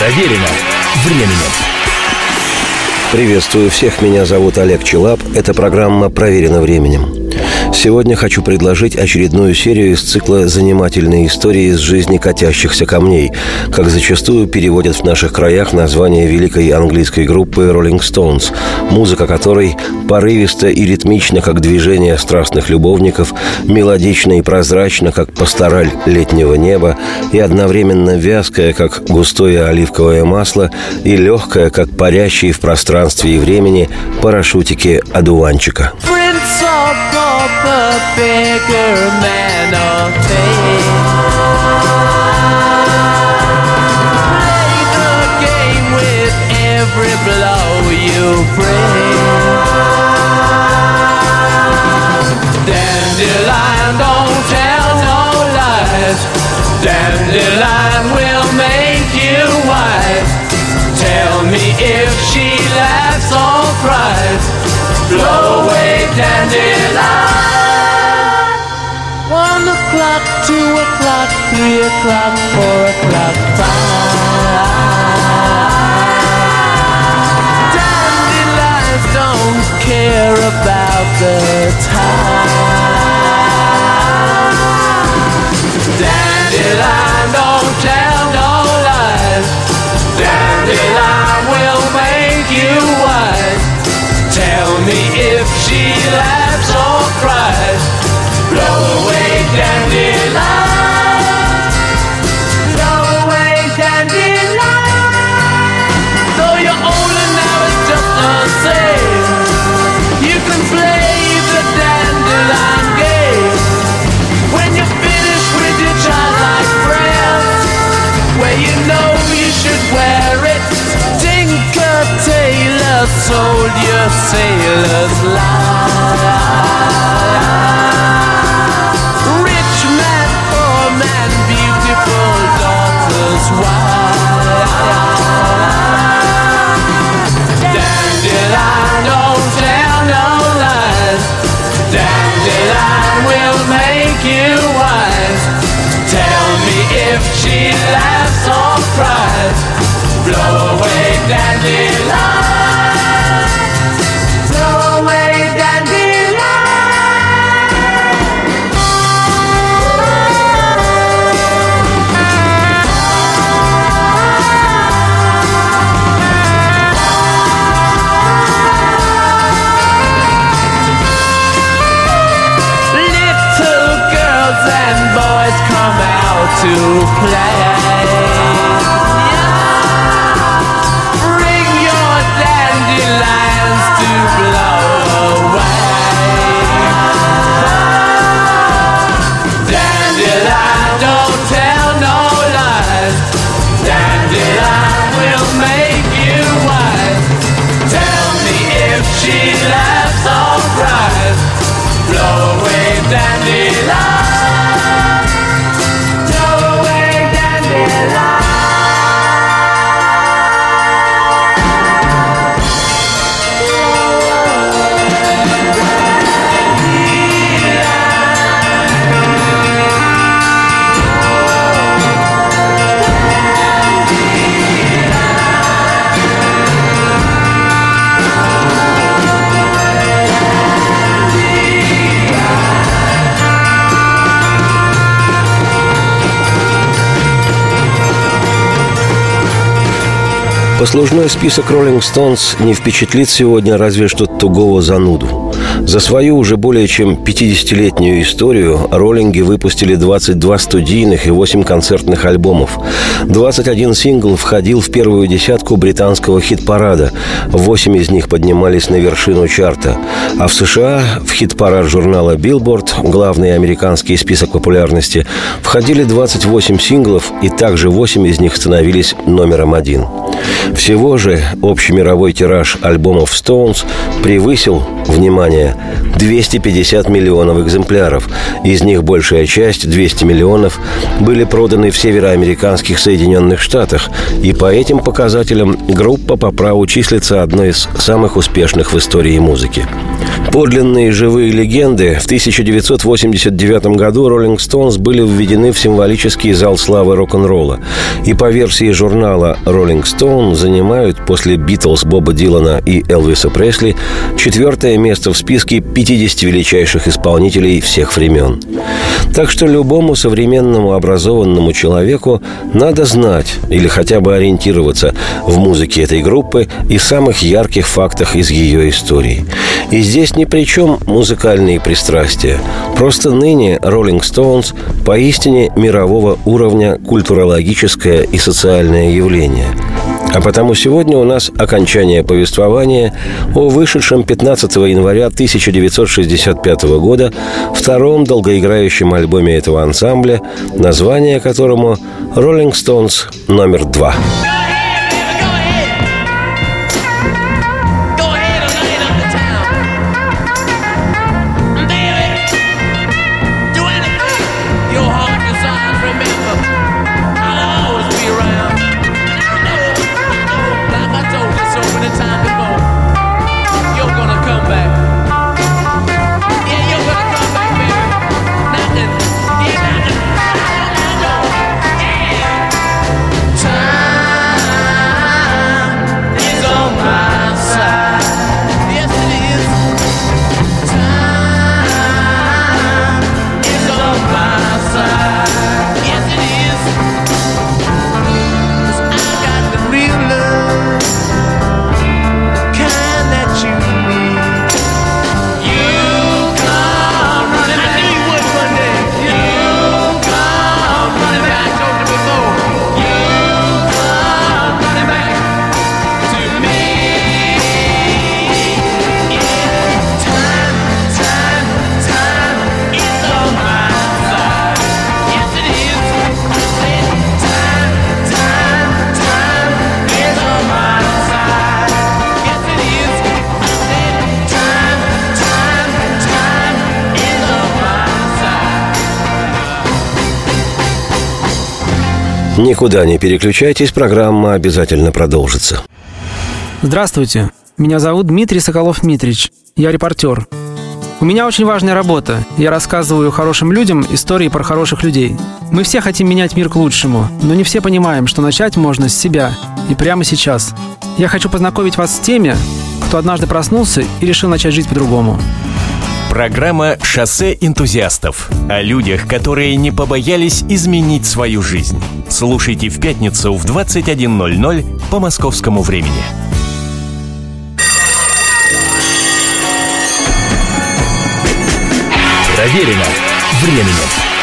Проверено временем. Приветствую всех, меня зовут Олег Челап. Это программа «Проверено временем». Сегодня хочу предложить очередную серию из цикла «Занимательные истории из жизни катящихся камней», как зачастую переводят в наших краях название великой английской группы Rolling Stones, музыка которой порывиста и ритмична, как движение страстных любовников, мелодична и прозрачна, как пастораль летнего неба, и одновременно вязкая, как густое оливковое масло, и легкая, как парящие в пространстве и времени парашютики одуванчика. The bigger man of fame. Play the game with every blow you bring. Dandelion, don't tell no lies. Dandelion will make you wise. Tell me if she laughs or cries. Blow away dandelion. 1 o'clock, 2 o'clock, 3 o'clock, 4 o'clock, 5. Dandelions don't care about the time. Dandelion don't tell no lies. Dandelion will make you wise. Tell me if she laughs or cries. Blow away dandelion. Blow away dandelion. Though you're older now, it's just the same. You can play the dandelion game. When you're finished with your childlike prayers, where you know you should wear it. Tinker Tailor sold your sailor's life. Dandelion don't tell no lies. Dandelion will make you wise. Tell me if she laughs or cries. Blow away dandelion. Blow away dandelion. To play. Bring your dandelions to blow away. Dandelion don't tell no lies. Dandelion will make you wise. Tell me if she laughs or cries. Blow away dandelion. Послужной список Rolling Stones не впечатлит сегодня разве что тугого зануду. За свою уже более чем 50-летнюю историю роллинги выпустили 22 студийных и 8 концертных альбомов. 21 сингл входил в первую десятку британского хит-парада. 8 из них поднимались на вершину чарта. А в США в хит-парад журнала Billboard, главный американский список популярности, входили 28 синглов, и также 8 из них становились номером 1. Всего же общий мировой тираж альбомов Stones превысил, внимание, 250 миллионов экземпляров. Из них большая часть, 200 миллионов, были проданы в североамериканских Соединенных Штатах. И по этим показателям группа по праву числится одной из самых успешных в истории музыки. Подлинные живые легенды. В 1989 году Rolling Stones были введены в символический зал славы рок-н-ролла. И по версии журнала Rolling Stone занимают после Битлз, Боба Дилана и Элвиса Пресли 4-е место в списке 50 величайших исполнителей всех времен. Так что любому современному образованному человеку надо знать или хотя бы ориентироваться в музыке этой группы и самых ярких фактах из ее истории. И здесь ни при чем музыкальные пристрастия. Просто ныне Rolling Stones поистине мирового уровня культурологическое и социальное явление. А потому сегодня у нас окончание повествования о вышедшем 15 января 1965 года втором долгоиграющем альбоме этого ансамбля, название которому «Rolling Stones номер 2». Никуда не переключайтесь, программа обязательно продолжится. Здравствуйте, меня зовут Дмитрий Соколов-Митрич, я репортер. У меня очень важная работа. Я рассказываю хорошим людям истории про хороших людей. Мы все хотим менять мир к лучшему, но не все понимаем, что начать можно с себя и прямо сейчас. Я хочу познакомить вас с теми, кто однажды проснулся и решил начать жить по-другому. Программа «Шоссе энтузиастов» о людях, которые не побоялись изменить свою жизнь. Слушайте в пятницу в 21:00 по московскому времени. Проверено временем.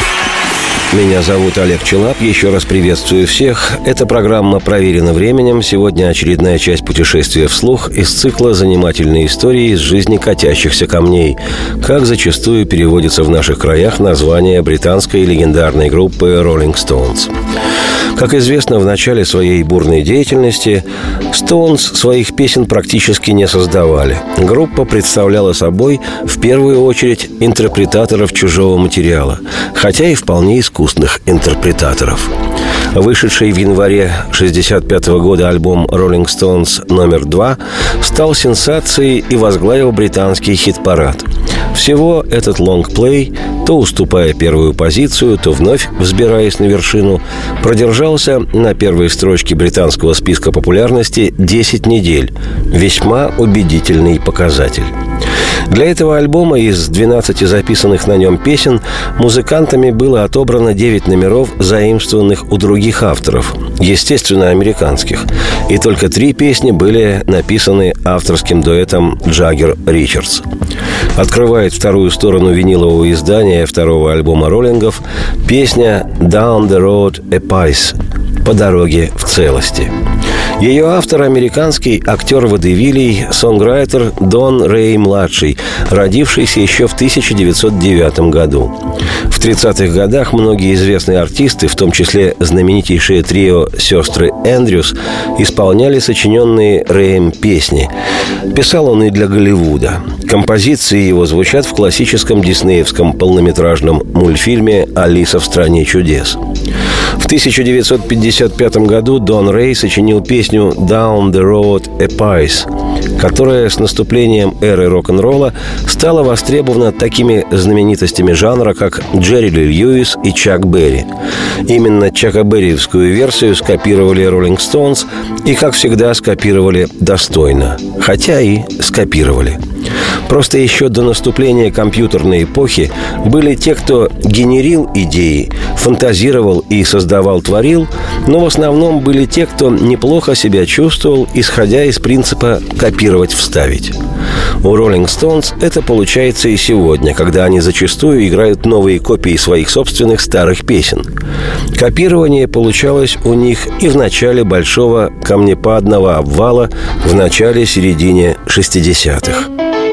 Меня зовут Олег Челап. Еще раз приветствую всех. Эта программа «Проверена временем». Сегодня очередная часть путешествия вслух из цикла «Занимательные истории из жизни катящихся камней», как зачастую переводится в наших краях название британской легендарной группы Rolling Stones. Как известно, в начале своей бурной деятельности Stones своих песен практически не создавали. Группа представляла собой в первую очередь интерпретаторов чужого материала, хотя и вполне искусных интерпретаторов. Вышедший в январе 1965 года альбом Rolling Stones номер 2 стал сенсацией и возглавил британский хит-парад. Всего этот лонгплей, то уступая первую позицию, то вновь взбираясь на вершину, продержался на первой строчке британского списка популярности 10 недель. Весьма убедительный показатель. Для этого альбома из 12 записанных на нем песен музыкантами было отобрано 9 номеров, заимствованных у других авторов, естественно, американских. И только 3 песни были написаны авторским дуэтом Джаггер-Ричардс. Открывает вторую сторону винилового издания второго альбома роллингов песня «Down the Road a Piece» – «По дороге в целости». Ее автор – американский актер водевилей, сонграйтер Дон Рэй-младший, родившийся еще в 1909 году. В 30-х годах многие известные артисты, в том числе знаменитейшее трио «Сестры Эндрюс», исполняли сочиненные Рэем песни. Писал он и для Голливуда. Композиции его звучат в классическом диснеевском полнометражном мультфильме «Алиса в стране чудес». В 1955 году Дон Рэй сочинил песню «Down the Road a Piece» которая с наступлением эры рок-н-ролла стала востребована такими знаменитостями жанра, как Джерри Ли Льюис и Чак Берри. Именно чакаберриевскую версию скопировали Rolling Stones и, как всегда, скопировали достойно. Хотя и скопировали. Просто еще до наступления компьютерной эпохи были те, кто генерил идеи, фантазировал и создавал-творил, но в основном были те, кто неплохо себя чувствовал, исходя из принципа «копировать-вставить». У Rolling Stones это получается и сегодня, когда они зачастую играют новые копии своих собственных старых песен. Копирование получалось у них и в начале большого камнепадного обвала в начале-середине 60-х.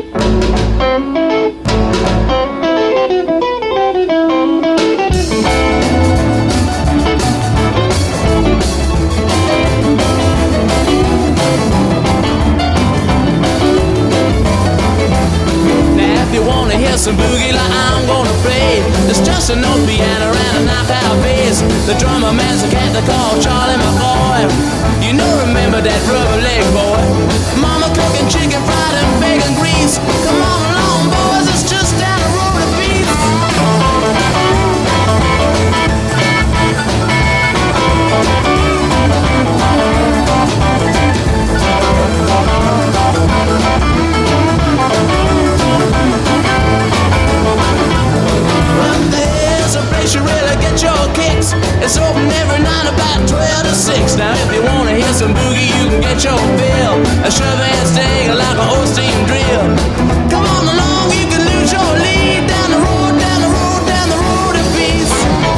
Some boogie like I'm gonna play. It's just an old piano and a knockout bass. The drummer man's a cat they call Charlie McCoy. You know, remember that rubber leg boy? Mama cooking chicken fried and bacon grease. Come on along, boys, it's just down the road to beat. You really get your kicks. It's open every night about 12 to 6. Now if you wanna hear some boogie, you can get your fill. A shove and sting like a old steam drill. Come on along, you can lose your lead. Down the road, down the road, down the road of peace.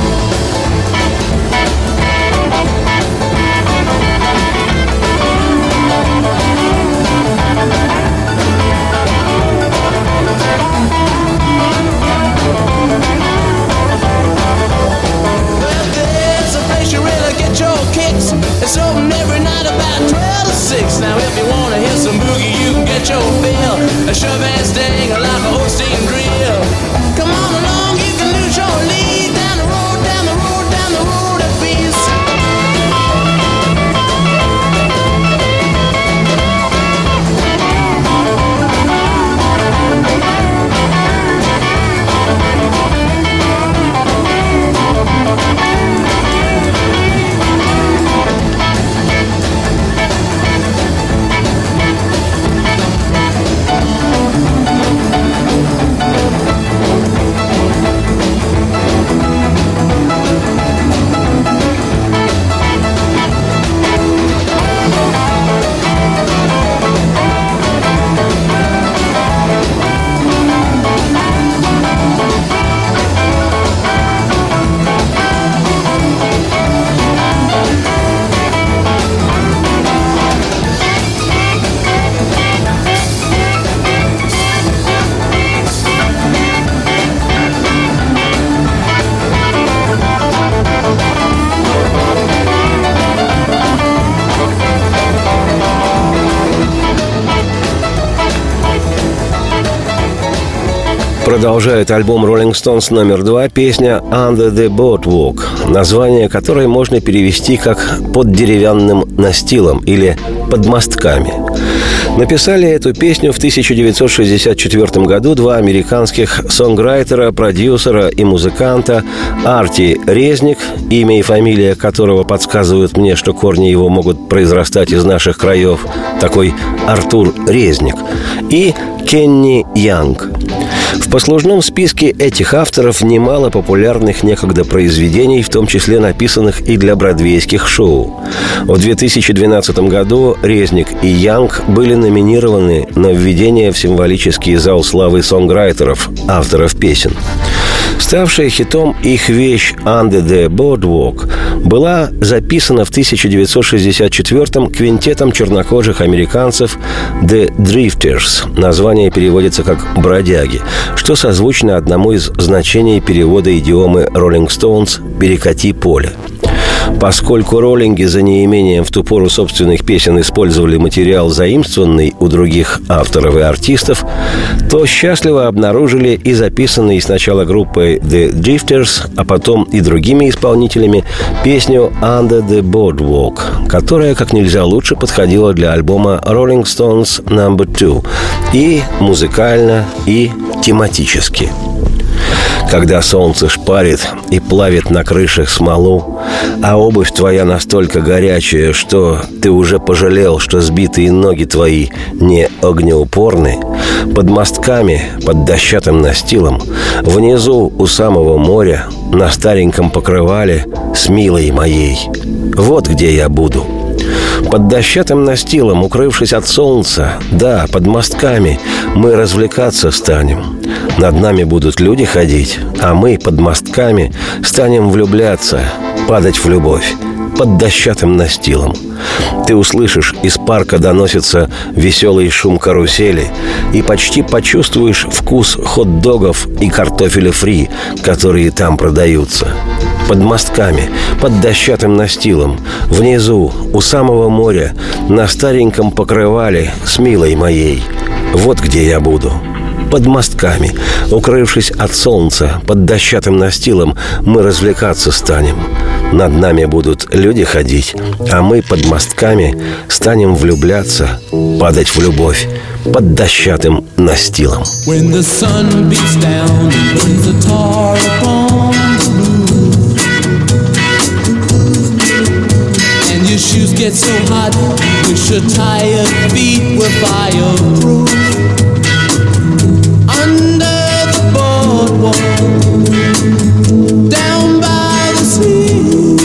It's open every night about 12 to 6. Now if you wanna hear some boogie, you can get your fill. A shove and sting like a old steam drill. Come on along, you can lose your lead. Down the road, down the road, down the road of peace. Продолжает альбом Rolling Stones номер 2 песня «Under the Boardwalk», название которой можно перевести как «под деревянным настилом» или «под мостками». Написали эту песню в 1964 году два американских сонграйтера, продюсера и музыканта Арти Резник, имя и фамилия которого подсказывают мне, что корни его могут произрастать из наших краев, такой Артур Резник, и Кенни Янг. В послужном списке этих авторов немало популярных некогда произведений, в том числе написанных и для бродвейских шоу. В 2012 году Резник и Янг были номинированы на введение в символический зал славы сонграйтеров, авторов песен. Ставшая хитом их вещь «Under the Boardwalk» была записана в 1964-м квинтетом чернокожих американцев «The Drifters». Название переводится как «бродяги», что созвучно одному из значений перевода идиомы Rolling Stones «перекати поле». Поскольку роллинги за неимением в ту пору собственных песен использовали материал, заимствованный у других авторов и артистов, то счастливо обнаружили и записанный сначала группой The Drifters, а потом и другими исполнителями песню «Under the Boardwalk», которая как нельзя лучше подходила для альбома Rolling Stones No. 2 и музыкально, и тематически. Когда солнце шпарит и плавит на крышах смолу, а обувь твоя настолько горячая, что ты уже пожалел, что сбитые ноги твои не огнеупорны, под мостками, под дощатым настилом, внизу у самого моря, на стареньком покрывале с милой моей. Вот где я буду. Под дощатым настилом, укрывшись от солнца, да, под мостками, мы развлекаться станем. Над нами будут люди ходить, а мы под мостками станем влюбляться, падать в любовь. Под дощатым настилом. Ты услышишь, из парка доносится веселый шум карусели, и почти почувствуешь вкус хот-догов и картофеля фри, которые там продаются. Под мостками, под дощатым настилом, внизу, у самого моря, на стареньком покрывале с милой моей. Вот где я буду. Под мостками, укрывшись от солнца, под дощатым настилом, мы развлекаться станем. Над нами будут люди ходить, а мы под мостками станем влюбляться, падать в любовь под дощатым настилом. When the sun beats down and burns the tar upon the roof, and your shoes get so hot, wish your tired feet were fireproof. Under the boardwalk, down by the sea,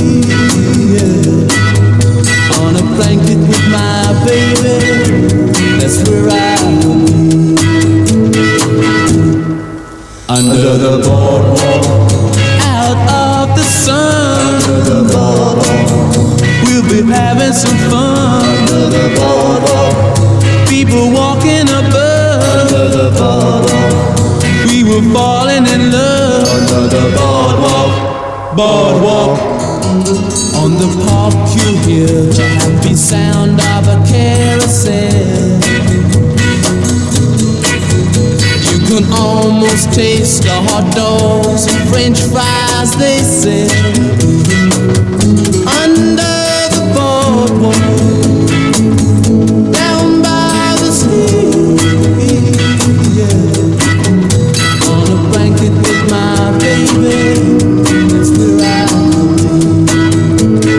yeah. On a blanket with my baby, that's where I'll be. Under the boardwalk, out of the sun, under the boardwalk, we'll be having some fun. Under the boardwalk, people walking above. Under the boardwalk, we were falling in love. Under the boardwalk, boardwalk. On the park you hear the happy sound of a carousel. You can almost taste the hot dogs and French fries they sell. Under the boardwalk, down by the sea, yeah. On a blanket with my baby, that's where I'll be.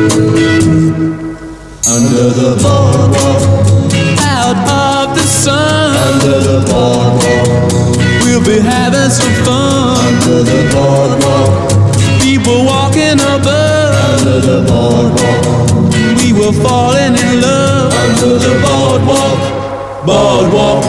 Under the boardwalk, out of the sun. Under the boardwalk, we'll be having some fun. Under the boardwalk, people walking above. Under the boardwalk, we were falling in love. Under the boardwalk, boardwalk.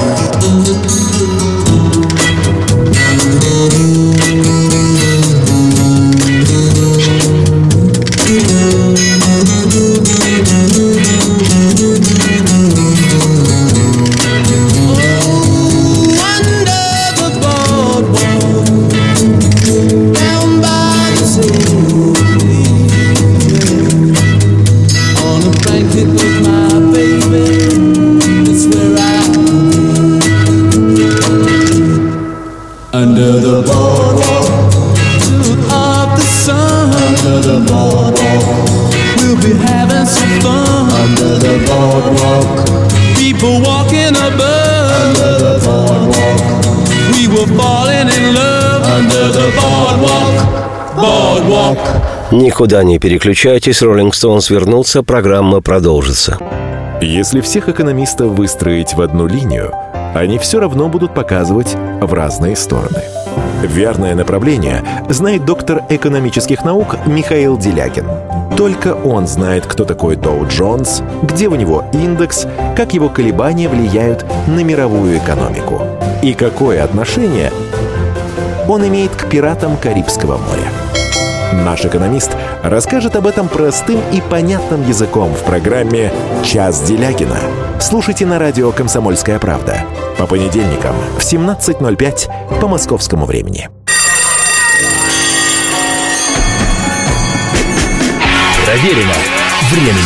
Никуда не переключайтесь, Rolling Stones вернутся, программа продолжится. Если всех экономистов выстроить в одну линию, они все равно будут показывать в разные стороны. Верное направление знает доктор экономических наук Михаил Делягин. Только он знает, кто такой Доу Джонс, где у него индекс, как его колебания влияют на мировую экономику и какое отношение он имеет к пиратам Карибского моря. Наш экономист расскажет об этом простым и понятным языком в программе «Час Делягина». Слушайте на радио «Комсомольская правда» по понедельникам в 17:05 по московскому времени. Проверено временем.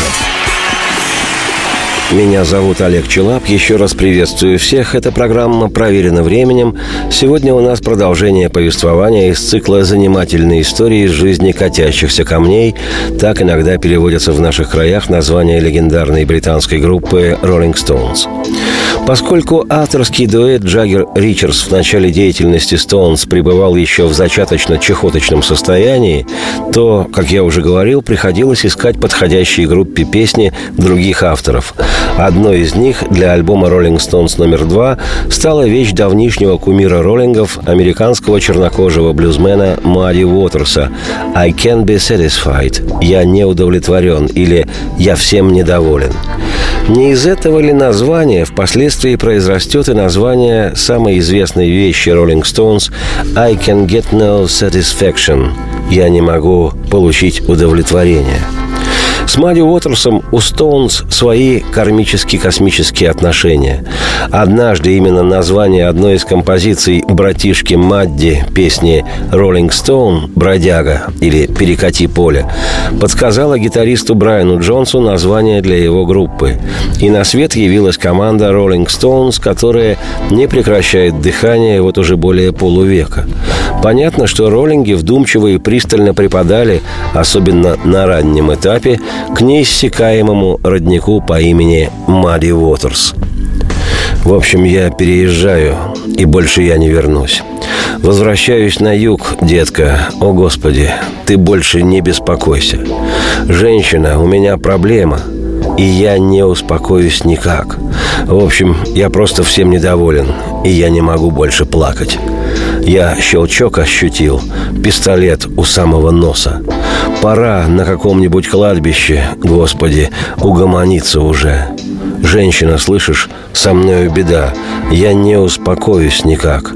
Меня зовут Олег Челап. Еще раз приветствую всех. Это программа «Проверено временем». Сегодня у нас продолжение повествования из цикла «Занимательные истории из жизни катящихся камней». Так иногда переводятся в наших краях название легендарной британской группы «Rolling Stones». Поскольку авторский дуэт Джаггер-Ричардс в начале деятельности Stones пребывал еще в зачаточно-чехоточном состоянии, то, как я уже говорил, приходилось искать подходящие группе песни других авторов. Одной из них для альбома Rolling Stones номер 2 стала вещь давнишнего кумира роллингов, американского чернокожего блюзмена Мадди Уотерса «I can't be satisfied» – «Я не удовлетворен» или «Я всем недоволен». Не из этого ли названия впоследствии произрастет и название самой известной вещи Rolling Stones «I can get no satisfaction» – «Я не могу получить удовлетворение». С Мадди Уотерсом у Stones свои кармически-космические отношения. Однажды именно название одной из композиций братишки Мадди песни «Rolling Stone» «Бродяга» или «Перекати поле» подсказала гитаристу Брайану Джонсу название для его группы. И на свет явилась команда Rolling Stones, которая не прекращает дыхание вот уже более полувека. Понятно, что роллинги вдумчиво и пристально преподали, особенно на раннем этапе, к неиссякаемому роднику по имени Мадди Уотерс. В общем, я переезжаю, и больше я не вернусь. Возвращаюсь на юг, детка. О, Господи, ты больше не беспокойся. Женщина, у меня проблема, и я не успокоюсь никак. В общем, я просто всем недоволен, и я не могу больше плакать. Я щелчок ощутил, пистолет у самого носа. Пора на каком-нибудь кладбище, Господи, угомониться уже. Женщина, слышишь, со мною беда, я не успокоюсь никак.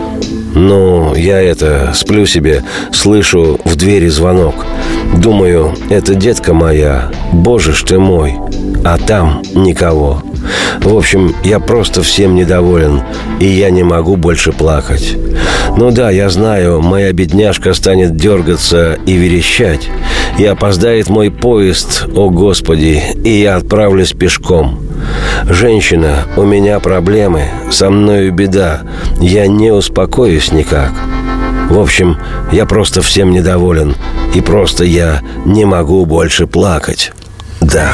Ну, я сплю себе, слышу в двери звонок. Думаю, это детка моя, боже ж ты мой, а там никого. В общем, я просто всем недоволен, и я не могу больше плакать. Ну да, я знаю, моя бедняжка станет дергаться и верещать, и опоздает мой поезд, о Господи, и я отправлюсь пешком. Женщина, у меня проблемы, со мною беда, я не успокоюсь никак. В общем, я просто всем недоволен, и просто я не могу больше плакать. Да.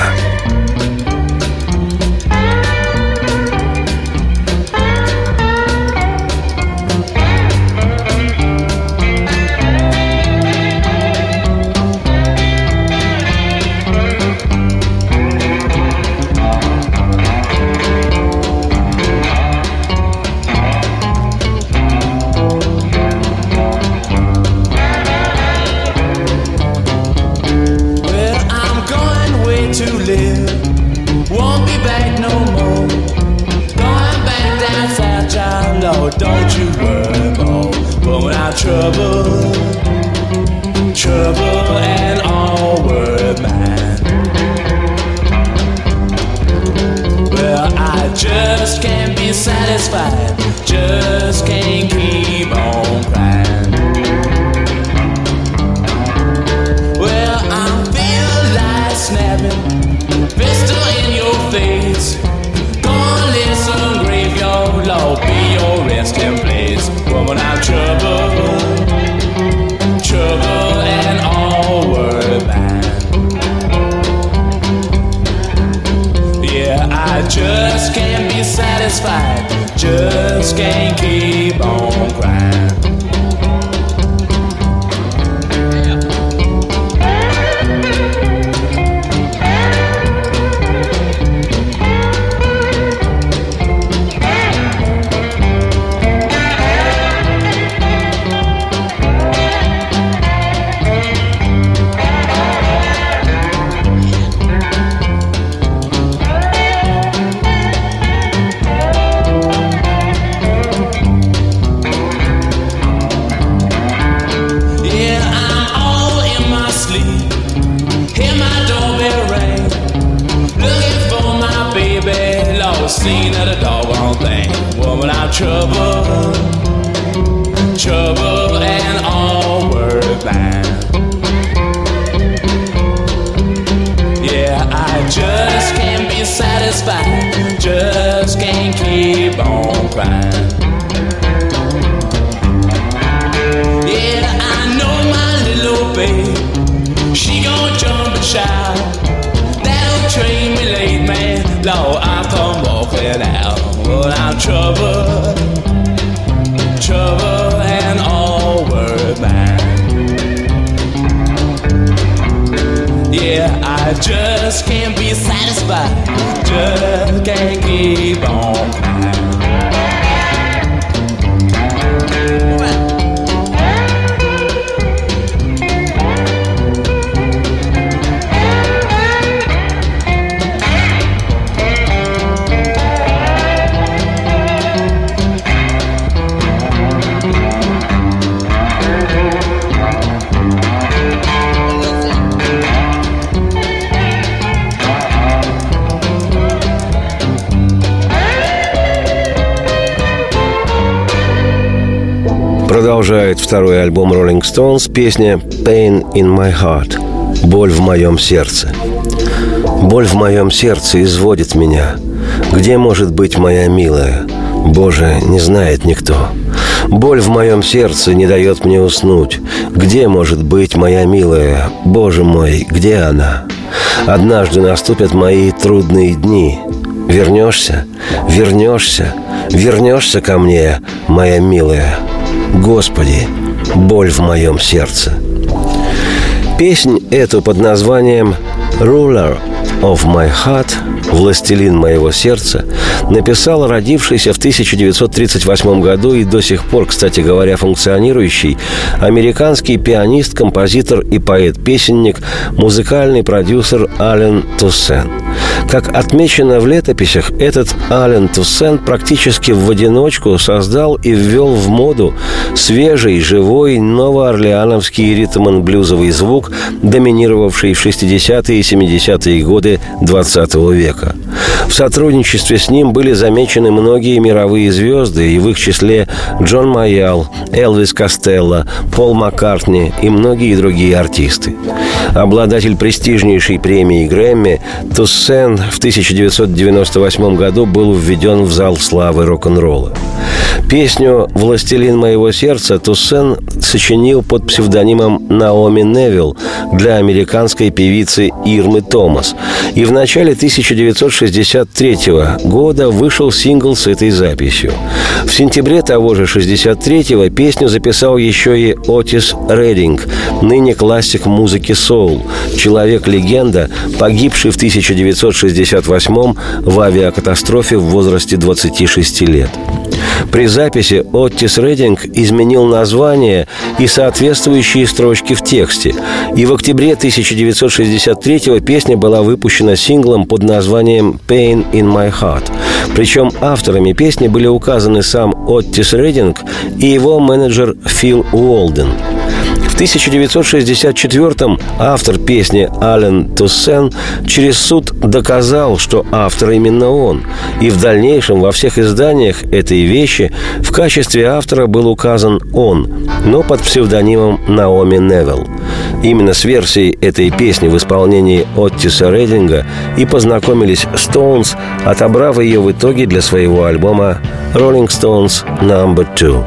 Trouble and all were mine. Well, I just can't be satisfied, just can't keep on crying. Well, I feel like snapping, pistol in your face. Gonna listen, graveyard law, be your resting place. Woman, I'm trouble. Trouble and all were mine. Yeah, I just can't be satisfied, just can't keep on crying. Seen at a doggone thing. Woman, I'm trouble, trouble and all were mine. satisfied, just can't keep on crying. Yeah, I know my little babe, she gon' jump and shout. That'll train me late, man, Lord, I'll come walking out. But I'm troubled and all worried, man. Yeah, I just can't be satisfied, just can't keep on crying. Продолжает второй альбом Rolling Stones песня «Pain in my heart» – «Боль в моем сердце». «Боль в моем сердце изводит меня. Где может быть моя милая? Боже, не знает никто. Боль в моем сердце не дает мне уснуть. Где может быть моя милая? Боже мой, где она? Однажды наступят мои трудные дни. Вернешься, вернешься, вернешься ко мне, моя милая. Господи, боль в моем сердце». Песнь эту под названием «Ruler of my heart» «Властелин моего сердца» написал родившийся в 1938 году и до сих пор, кстати говоря, функционирующий американский пианист, композитор и поэт-песенник, музыкальный продюсер Ален Туссен. Как отмечено в летописях, этот Ален Туссен практически в одиночку создал и ввел в моду свежий, живой, новоорлеановский ритм-н-блюзовый звук, доминировавший в 60-е и 70-е годы XX века. В сотрудничестве с ним были замечены многие мировые звезды, и в их числе Джон Майял, Элвис Костелло, Пол Маккартни и многие другие артисты. Обладатель престижнейшей премии Грэмми, Туссен в 1998 году был введен в зал славы рок-н-ролла. Песню «Властелин моего сердца» Туссен сочинил под псевдонимом Наоми Невилл для американской певицы Ирмы Томас. И в начале 1963 года вышел сингл с этой записью. В сентябре того же 1963-го песню записал еще и Отис Реддинг, ныне классик музыки соул, человек-легенда, погибший в 1968-м в авиакатастрофе в возрасте 26 лет. При записи Отис Реддинг изменил название и соответствующие строчки в тексте. И в октябре 1963-го песня была выпущена синглом под названием «Pain in my heart». Причем авторами песни были указаны сам Отис Реддинг и его менеджер Фил Уолден. В 1964-м автор песни Ален Туссен через суд доказал, что автор именно он. И в дальнейшем во всех изданиях этой вещи в качестве автора был указан он, но под псевдонимом Наоми Невилл. Именно с версией этой песни в исполнении Оттиса Реддинга и познакомились Stones, отобрав ее в итоге для своего альбома Rolling Stones No. 2.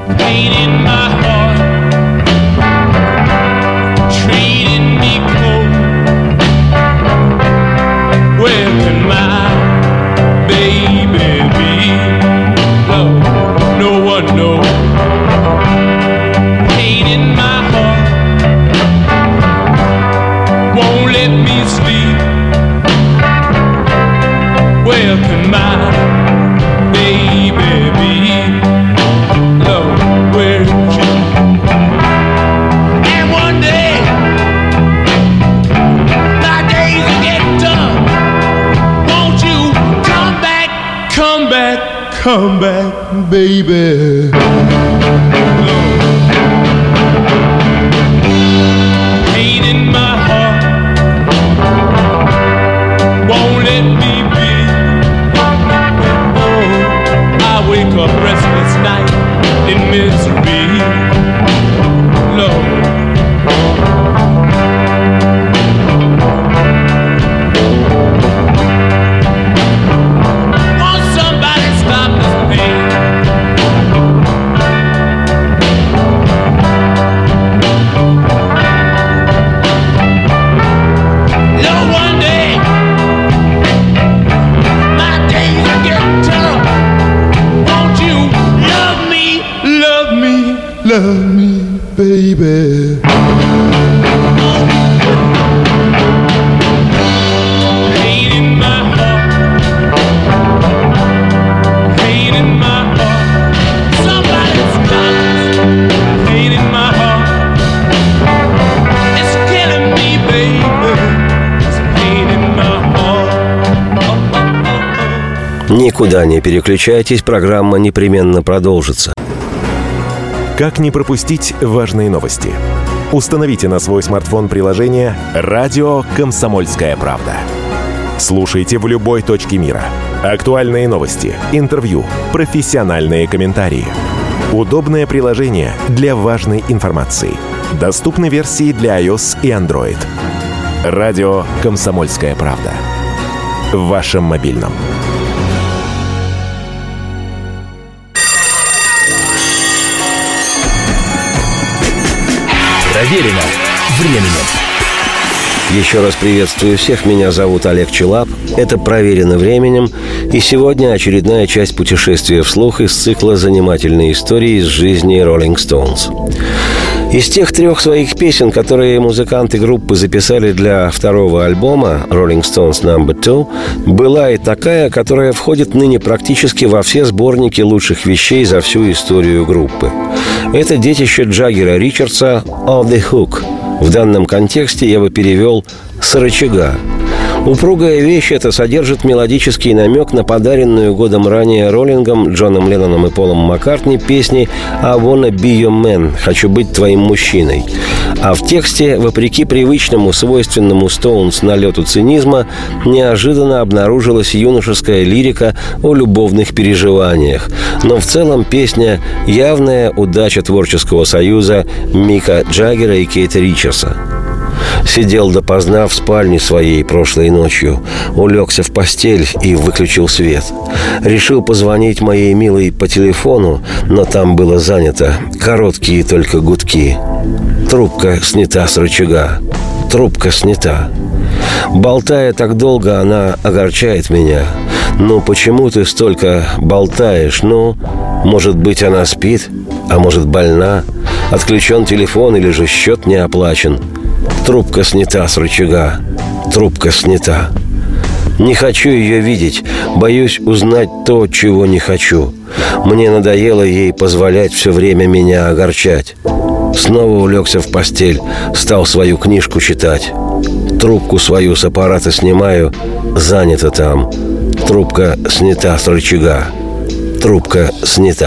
Come back, baby. Pain in my heart won't let me be. Oh, I wake up restless night in misery. Lord. Никуда не переключайтесь, программа непременно продолжится. Как не пропустить важные новости? Установите на свой смартфон приложение «Радио Комсомольская правда». Слушайте в любой точке мира. Актуальные новости, интервью, профессиональные комментарии. Удобное приложение для важной информации. Доступны версии для iOS и Android. «Радио Комсомольская правда». В вашем мобильном. Проверено временем. Еще раз приветствую всех, меня зовут Олег Челап, это «Проверено временем», и сегодня очередная часть путешествия вслух из цикла «Занимательные истории из жизни Rolling Stones». Из тех 3 своих песен, которые музыканты группы записали для второго альбома Rolling Stones No. 2, была и такая, которая входит ныне практически во все сборники лучших вещей за всю историю группы. Это детище Джаггера Ричардса «On the Hook». В данном контексте я бы перевел «с рычага». Упругая вещь эта содержит мелодический намек на подаренную годом ранее Роллингом, Джоном Ленноном и Полом Маккартни песни «I wanna be your man» – «Хочу быть твоим мужчиной». А в тексте, вопреки привычному, свойственному Стоунс налету цинизма, неожиданно обнаружилась юношеская лирика о любовных переживаниях. Но в целом песня – явная удача творческого союза Мика Джаггера и Кейта Ричардса. Сидел допоздна в спальне своей прошлой ночью, улегся в постель и выключил свет. Решил позвонить моей милой по телефону, но там было занято. Короткие только гудки. Трубка снята с рычага. Трубка снята. Болтая так долго, она огорчает меня. «Ну, почему ты столько болтаешь? Ну, может быть, она спит, а может, больна? Отключен телефон или же счет не оплачен?» Трубка снята с рычага. Трубка снята. Не хочу ее видеть. Боюсь узнать то, чего не хочу. Мне надоело ей позволять все время меня огорчать. Снова улегся в постель. Стал свою книжку читать. Трубку свою с аппарата снимаю. Занято там. Трубка снята с рычага. Трубка снята.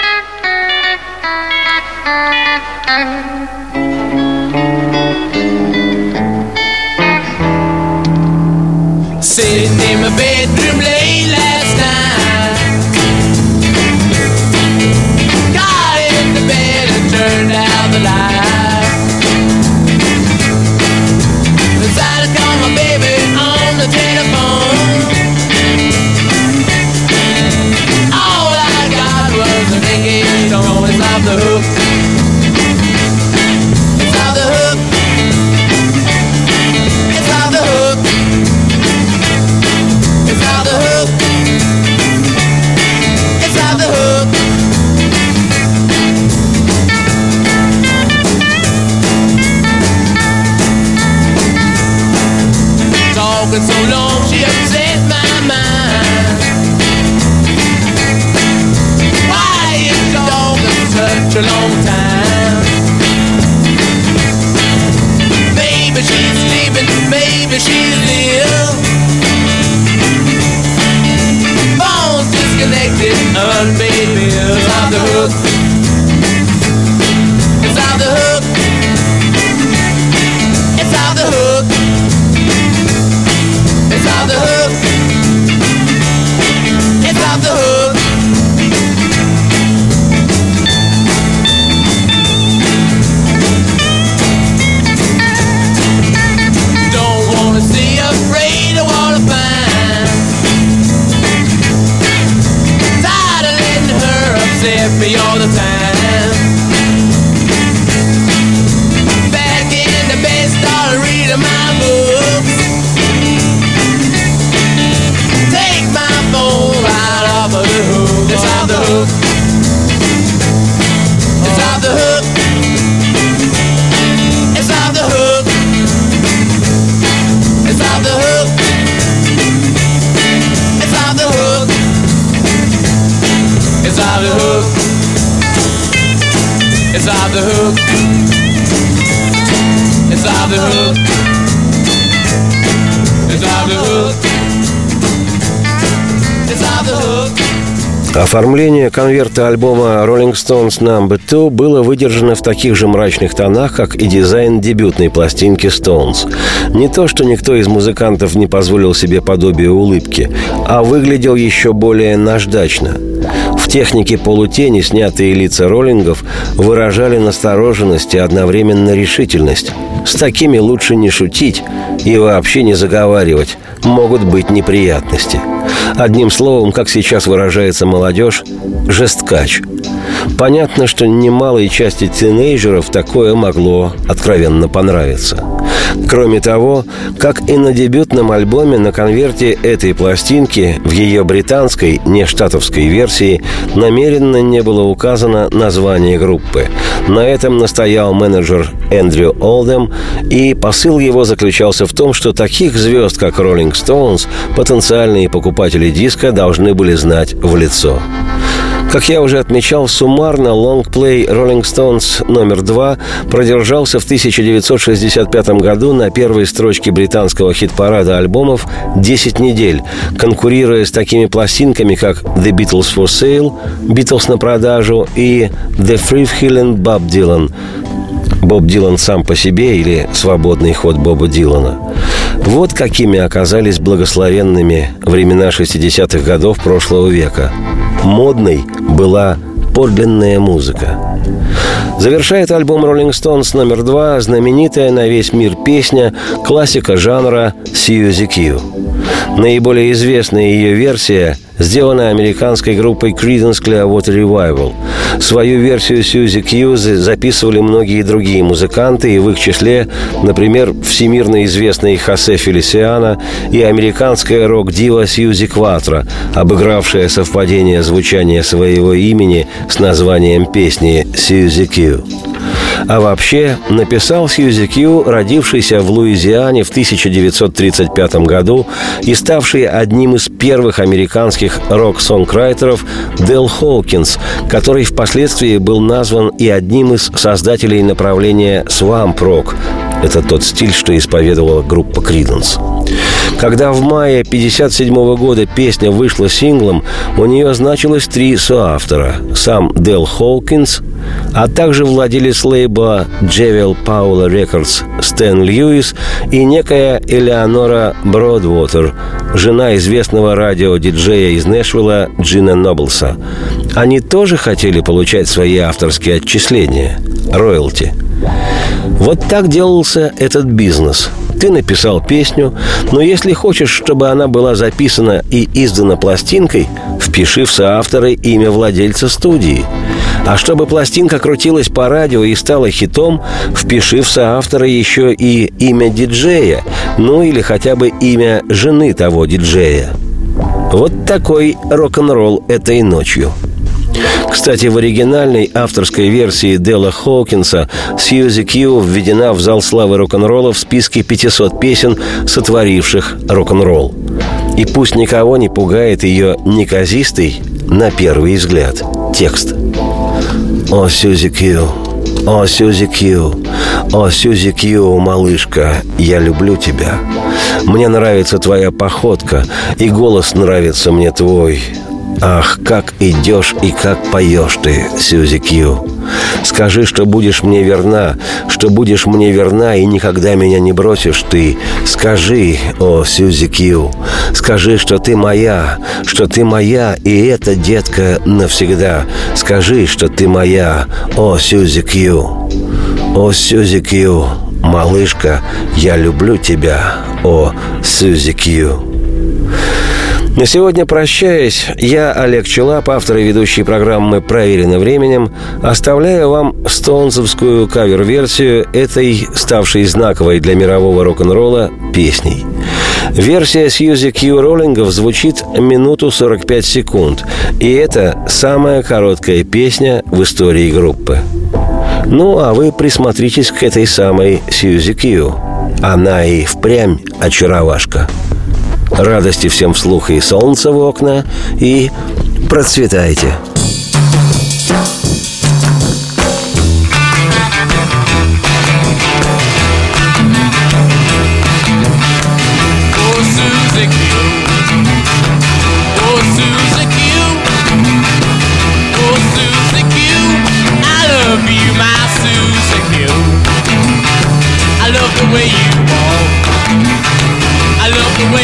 Sitting in my bedroom late last night, got into bed and turned out the light. Decided to call my baby on the telephone. All I got was a ringing tone. It's off the hook. It's off the hook. It's off the hook. It's off the hook. It's off the hook. Talking so long, she upset my mind. Why you talking such a long time? Maybe she's sleeping, maybe she's ill. Phone's disconnected, unpaid bills. It's off the hook. It's off the hook. It's off the hook. It's off the hook. It's off the hook. Don't wanna see, afraid of what I find. Tired of letting her upset me all the time. Back in the bed, started reading my books. Take my phone right off of the hook. It's off the hook. It's off the hook. It's off the hook. It's off the hook. It's off the hook. It's off the hook. It's off the hook. It's off the hook. It's off the hook. It's off the hook. Оформление конверта альбома Rolling Stones No. 2 было выдержано в таких же мрачных тонах, как и дизайн дебютной пластинки Stones. Не то, что никто из музыкантов не позволил себе подобие улыбки, а выглядел еще более наждачно. В технике полутени снятые лица роллингов выражали настороженность и одновременно решительность. С такими лучше не шутить и вообще не заговаривать. Могут быть неприятности. Одним словом, как сейчас выражается молодежь, жесткач. Понятно, что немалой части тинейджеров такое могло откровенно понравиться. Кроме того, как и на дебютном альбоме, на конверте этой пластинки в ее британской, не штатовской версии намеренно не было указано название группы. На этом настоял менеджер Эндрю Олдем, и посыл его заключался в том, что таких звезд, как Rolling Stones, потенциальные покупатели диска должны были знать в лицо. Как я уже отмечал, суммарно лонгплей Rolling Stones номер 2 продержался в 1965 году на первой строчке британского хит-парада альбомов 10 недель, конкурируя с такими пластинками, как «The Beatles for Sale», «Beatles на продажу» и «The Freewheelin' Bob Dylan», «Боб Дилан сам по себе» или «Свободный ход Боба Дилана». Вот какими оказались благословенными времена 60-х годов прошлого века. Модной была подлинная музыка. Завершает альбом Rolling Stones номер 2 знаменитая на весь мир песня, классика жанра «Suzy Q». Наиболее известная ее версия сделана американской группой Creedence Clearwater Revival. Свою версию Suzy Q записывали многие другие музыканты, и в их числе, например, всемирно известный Хосе Фелисиано и американская рок-дива Сьюзи Кватро, обыгравшая совпадение звучания своего имени с названием песни «Suzy Q». А вообще, написал Сьюзи Q, родившийся в Луизиане в 1935 году и ставший одним из первых американских рок-сонграйтеров Дэл Хоукинс, который впоследствии был назван и одним из создателей направления свамп-рок. Это тот стиль, что исповедовала группа Creedence. Когда в мае 1957 года песня вышла синглом, у нее значилось 3 соавтора. Сам Дэл Хоукинс, а также владелец лейбла Джевел Паула Рекордс Стэн Льюис и некая Элеонора Бродвотер, жена известного радиодиджея из Нэшвилла Джина Ноблса. Они тоже хотели получать свои авторские отчисления, роялти. Вот так делался этот бизнес. Ты написал песню, но если хочешь, чтобы она была записана и издана пластинкой, впиши в соавторы имя владельца студии. А чтобы пластинка крутилась по радио и стала хитом, впиши в соавторы еще и имя диджея, ну или хотя бы имя жены того диджея. Вот такой рок-н-ролл этой ночью. Кстати, в оригинальной авторской версии Дэла Хоукинса Сьюзи Q введена в зал славы рок-н-ролла в списке 500 песен, сотворивших рок-н-ролл. И пусть никого не пугает ее неказистый, на первый взгляд, текст. «О, Сьюзи Q, о, Сьюзи Q, о, Сьюзи Q, малышка, я люблю тебя. Мне нравится твоя походка, и голос нравится мне твой». Ах, как идешь и как поешь ты, Сьюзи Q. Скажи, что будешь мне верна, что будешь мне верна и никогда меня не бросишь ты. Скажи, о, Сьюзи Q, скажи, что ты моя, и это, детка, навсегда. Скажи, что ты моя, о, Сьюзи Q. О, Сьюзи Q, малышка, я люблю тебя, о, Сьюзи Q. На сегодня, прощаясь, я, Олег Челап, автор и ведущий программы «Проверено временем», оставляю вам стоунсовскую кавер-версию этой, ставшей знаковой для мирового рок-н-ролла, песней. Версия Сьюзи Q роллингов звучит минуту 45 секунд, и это самая короткая песня в истории группы. Ну, а вы присмотритесь к этой самой Сьюзи Q. Она и впрямь очаровашка. Радости всем вслух и солнца в окна, и процветайте! Oh, Suzy Q.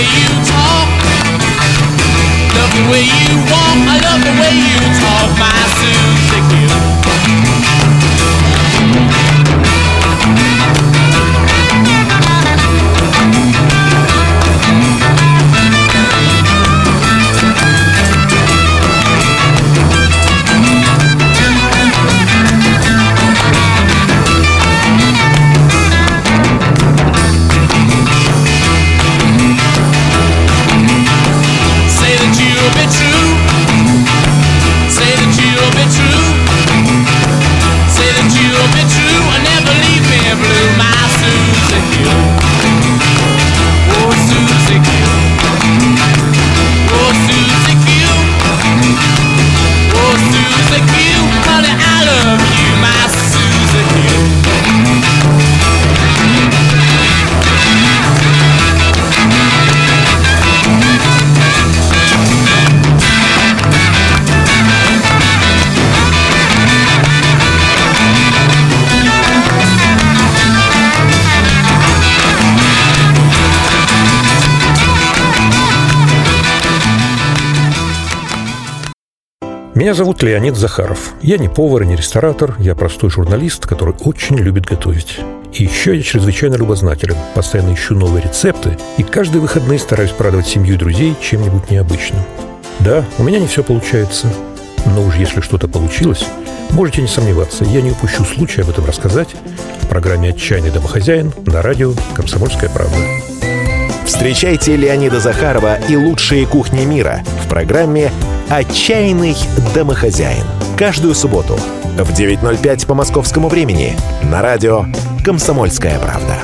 you talk. Love the way you walk. I love the way you talk, my Susie Q. Меня зовут Леонид Захаров. Я не повар и не ресторатор, я простой журналист, который очень любит готовить. И еще я чрезвычайно любознателен, постоянно ищу новые рецепты и каждые выходные стараюсь порадовать семью и друзей чем-нибудь необычным. Да, у меня не все получается, но уж если что-то получилось, можете не сомневаться, я не упущу случая об этом рассказать в программе «Отчаянный домохозяин» на радио «Комсомольская правда». Встречайте Леонида Захарова и лучшие кухни мира в программе «Отчаянный домохозяин». Каждую субботу в 9:05 по московскому времени на радио «Комсомольская правда».